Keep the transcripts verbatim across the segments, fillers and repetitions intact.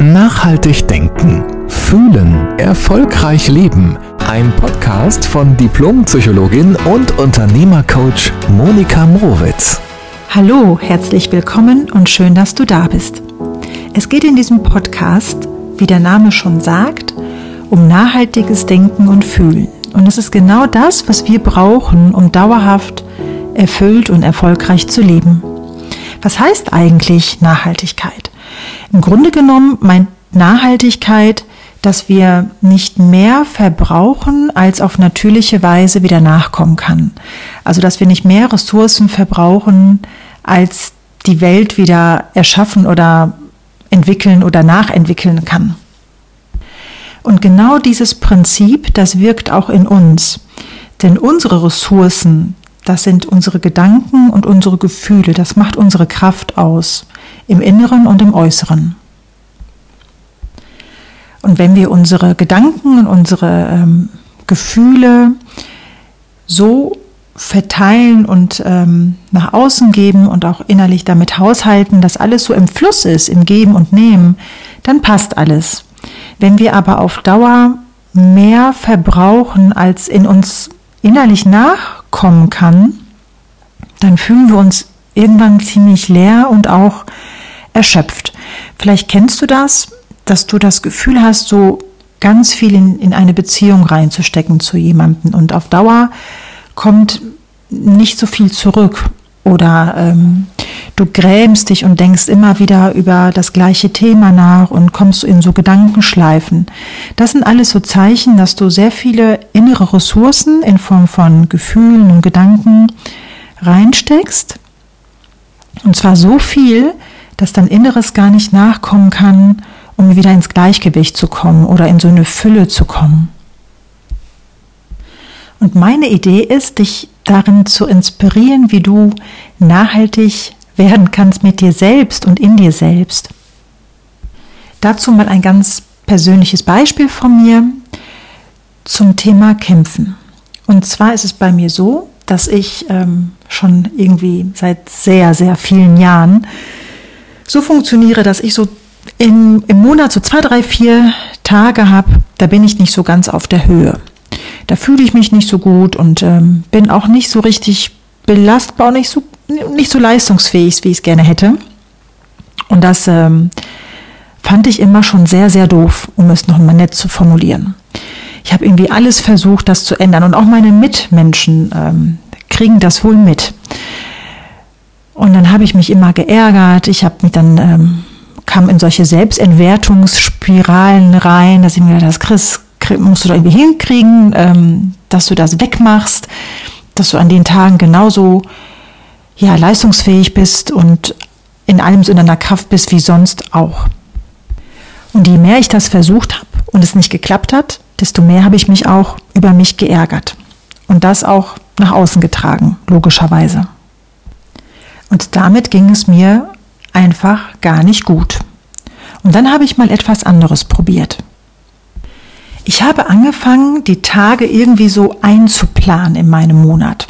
Nachhaltig denken, fühlen, erfolgreich leben. Ein Podcast von Diplompsychologin und Unternehmercoach Monika Mrowitz. Hallo, herzlich willkommen und schön, dass du da bist. Es geht in diesem Podcast, wie der Name schon sagt, um nachhaltiges Denken und Fühlen. Und es ist genau das, was wir brauchen, um dauerhaft erfüllt und erfolgreich zu leben. Was heißt eigentlich Nachhaltigkeit? Im Grunde genommen meint Nachhaltigkeit, dass wir nicht mehr verbrauchen, als auf natürliche Weise wieder nachkommen kann. Also dass wir nicht mehr Ressourcen verbrauchen, als die Welt wieder erschaffen oder entwickeln oder nachentwickeln kann. Und genau dieses Prinzip, das wirkt auch in uns. Denn unsere Ressourcen, das sind unsere Gedanken und unsere Gefühle, das macht unsere Kraft aus, im Inneren und im Äußeren. Und wenn wir unsere Gedanken und unsere ähm, Gefühle so verteilen und ähm, nach außen geben und auch innerlich damit haushalten, dass alles so im Fluss ist, im Geben und Nehmen, dann passt alles. Wenn wir aber auf Dauer mehr verbrauchen, als in uns innerlich nachkommen kann, dann fühlen wir uns irgendwann ziemlich leer und auch erschöpft. Vielleicht kennst du das, dass du das Gefühl hast, so ganz viel in, in eine Beziehung reinzustecken zu jemandem und auf Dauer kommt nicht so viel zurück oder ähm, du grämst dich und denkst immer wieder über das gleiche Thema nach und kommst in so Gedankenschleifen. Das sind alles so Zeichen, dass du sehr viele innere Ressourcen in Form von Gefühlen und Gedanken reinsteckst. Und zwar so viel, dass dein Inneres gar nicht nachkommen kann, um wieder ins Gleichgewicht zu kommen oder in so eine Fülle zu kommen. Und meine Idee ist, dich darin zu inspirieren, wie du nachhaltig werden kannst mit dir selbst und in dir selbst. Dazu mal ein ganz persönliches Beispiel von mir zum Thema Kämpfen. Und zwar ist es bei mir so, dass ich ähm, schon irgendwie seit sehr, sehr vielen Jahren so funktioniere, dass ich so in, im Monat so zwei, drei, vier Tage habe, da bin ich nicht so ganz auf der Höhe. Da fühle ich mich nicht so gut und ähm, bin auch nicht so richtig belastbar, nicht so, nicht so leistungsfähig, wie ich es gerne hätte. Und das ähm, fand ich immer schon sehr, sehr doof, um es noch mal nett zu formulieren. Ich habe irgendwie alles versucht, das zu ändern. Und auch meine Mitmenschen ähm, kriegen das wohl mit. Und dann habe ich mich immer geärgert. Ich habe mich dann, ähm, kam in solche Selbstentwertungsspiralen rein, dass ich mir gedacht habe, Chris, musst du da irgendwie hinkriegen, ähm, dass du das wegmachst, dass du an den Tagen genauso ja, leistungsfähig bist und in allem so in deiner Kraft bist wie sonst auch. Und je mehr ich das versucht habe und es nicht geklappt hat, desto mehr habe ich mich auch über mich geärgert. Und das auch nach außen getragen, logischerweise. Und damit ging es mir einfach gar nicht gut. Und dann habe ich mal etwas anderes probiert. Ich habe angefangen, die Tage irgendwie so einzuplanen in meinem Monat.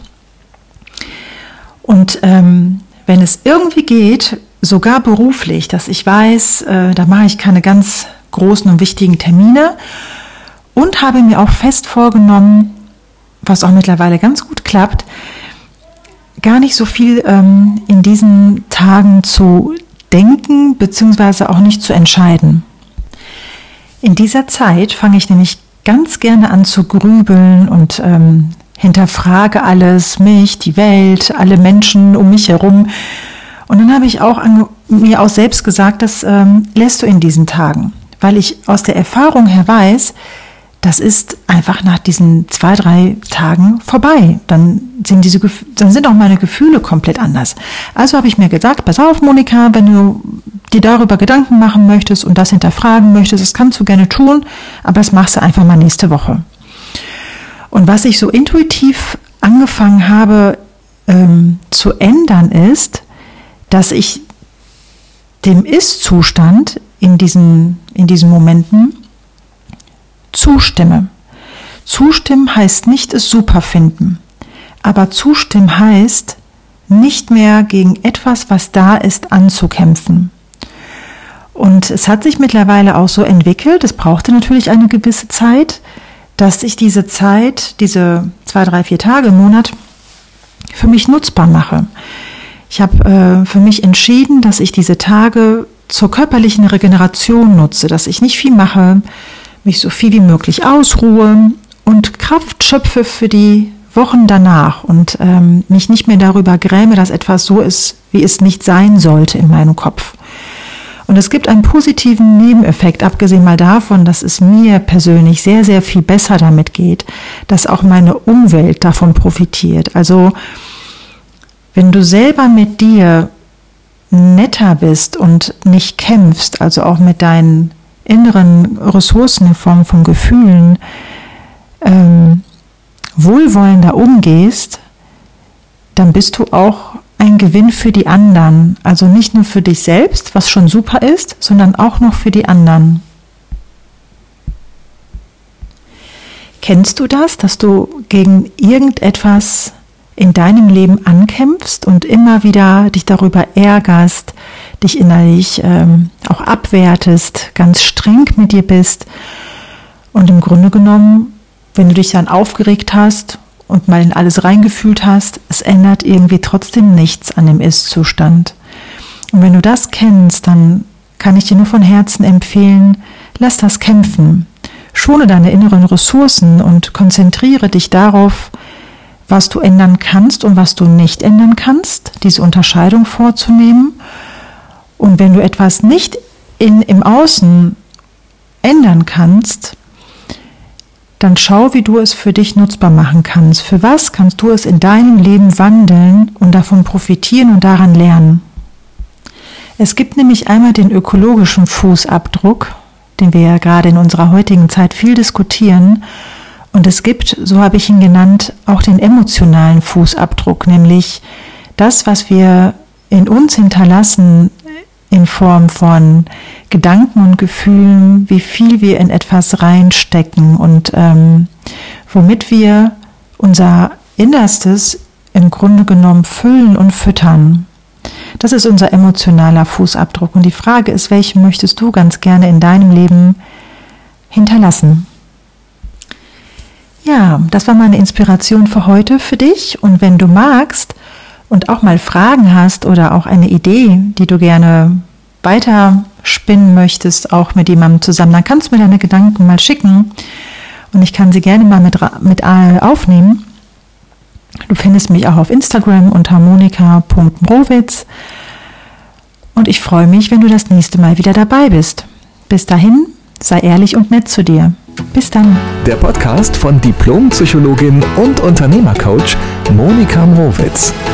Und ähm, wenn es irgendwie geht, sogar beruflich, dass ich weiß, äh, da mache ich keine ganz großen und wichtigen Termine und habe mir auch fest vorgenommen, was auch mittlerweile ganz gut klappt, gar nicht so viel ähm, in diesen Tagen zu denken, beziehungsweise auch nicht zu entscheiden. In dieser Zeit fange ich nämlich ganz gerne an zu grübeln und ähm, hinterfrage alles, mich, die Welt, alle Menschen um mich herum. Und dann habe ich auch an, mir auch selbst gesagt, das ähm, lässt du in diesen Tagen, weil ich aus der Erfahrung her weiß, das ist einfach nach diesen zwei, drei Tagen vorbei. Dann sind diese, dann sind auch meine Gefühle komplett anders. Also habe ich mir gesagt, pass auf, Monika, wenn du dir darüber Gedanken machen möchtest und das hinterfragen möchtest, das kannst du gerne tun, aber das machst du einfach mal nächste Woche. Und was ich so intuitiv angefangen habe ähm, zu ändern ist, dass ich dem Ist-Zustand in diesen, in diesen Momenten zustimme. Zustimmen heißt nicht es super finden, aber zustimmen heißt nicht mehr gegen etwas, was da ist, anzukämpfen. Und es hat sich mittlerweile auch so entwickelt, es brauchte natürlich eine gewisse Zeit, dass ich diese Zeit, diese zwei, drei, vier Tage im Monat für mich nutzbar mache. Ich habe äh, für mich entschieden, dass ich diese Tage zur körperlichen Regeneration nutze, dass ich nicht viel mache, mich so viel wie möglich ausruhe und Kraft schöpfe für die Wochen danach und ähm, mich nicht mehr darüber gräme, dass etwas so ist, wie es nicht sein sollte in meinem Kopf. Und es gibt einen positiven Nebeneffekt, abgesehen mal davon, dass es mir persönlich sehr, sehr viel besser damit geht, dass auch meine Umwelt davon profitiert. Also wenn du selber mit dir netter bist und nicht kämpfst, also auch mit deinen inneren Ressourcen in Form von Gefühlen, ähm, wohlwollender umgehst, dann bist du auch ein Gewinn für die anderen. Also nicht nur für dich selbst, was schon super ist, sondern auch noch für die anderen. Kennst du das, dass du gegen irgendetwas in deinem Leben ankämpfst und immer wieder dich darüber ärgerst, dich innerlich ähm, auch abwertest, ganz streng mit dir bist und im Grunde genommen, wenn du dich dann aufgeregt hast und mal in alles reingefühlt hast, es ändert irgendwie trotzdem nichts an dem Ist-Zustand. Und wenn du das kennst, dann kann ich dir nur von Herzen empfehlen, lass das kämpfen. Schone deine inneren Ressourcen und konzentriere dich darauf, was du ändern kannst und was du nicht ändern kannst, diese Unterscheidung vorzunehmen. Und wenn du etwas nicht in, im Außen ändern kannst, dann schau, wie du es für dich nutzbar machen kannst. Für was kannst du es in deinem Leben wandeln und davon profitieren und daran lernen? Es gibt nämlich einmal den ökologischen Fußabdruck, den wir ja gerade in unserer heutigen Zeit viel diskutieren. Und es gibt, so habe ich ihn genannt, auch den emotionalen Fußabdruck, nämlich das, was wir in uns hinterlassen in Form von Gedanken und Gefühlen, wie viel wir in etwas reinstecken und ähm, womit wir unser Innerstes im Grunde genommen füllen und füttern. Das ist unser emotionaler Fußabdruck. Und die Frage ist, welchen möchtest du ganz gerne in deinem Leben hinterlassen? Ja, das war meine Inspiration für heute für dich. Und wenn du magst und auch mal Fragen hast oder auch eine Idee, die du gerne weiter spinnen möchtest, auch mit jemandem zusammen, dann kannst du mir deine Gedanken mal schicken und ich kann sie gerne mal mit, mit aufnehmen. Du findest mich auch auf Instagram unter monika punkt mrowitz und ich freue mich, wenn du das nächste Mal wieder dabei bist. Bis dahin, sei ehrlich und nett zu dir. Bis dann. Der Podcast von Diplompsychologin und Unternehmercoach Monika Mrowitz.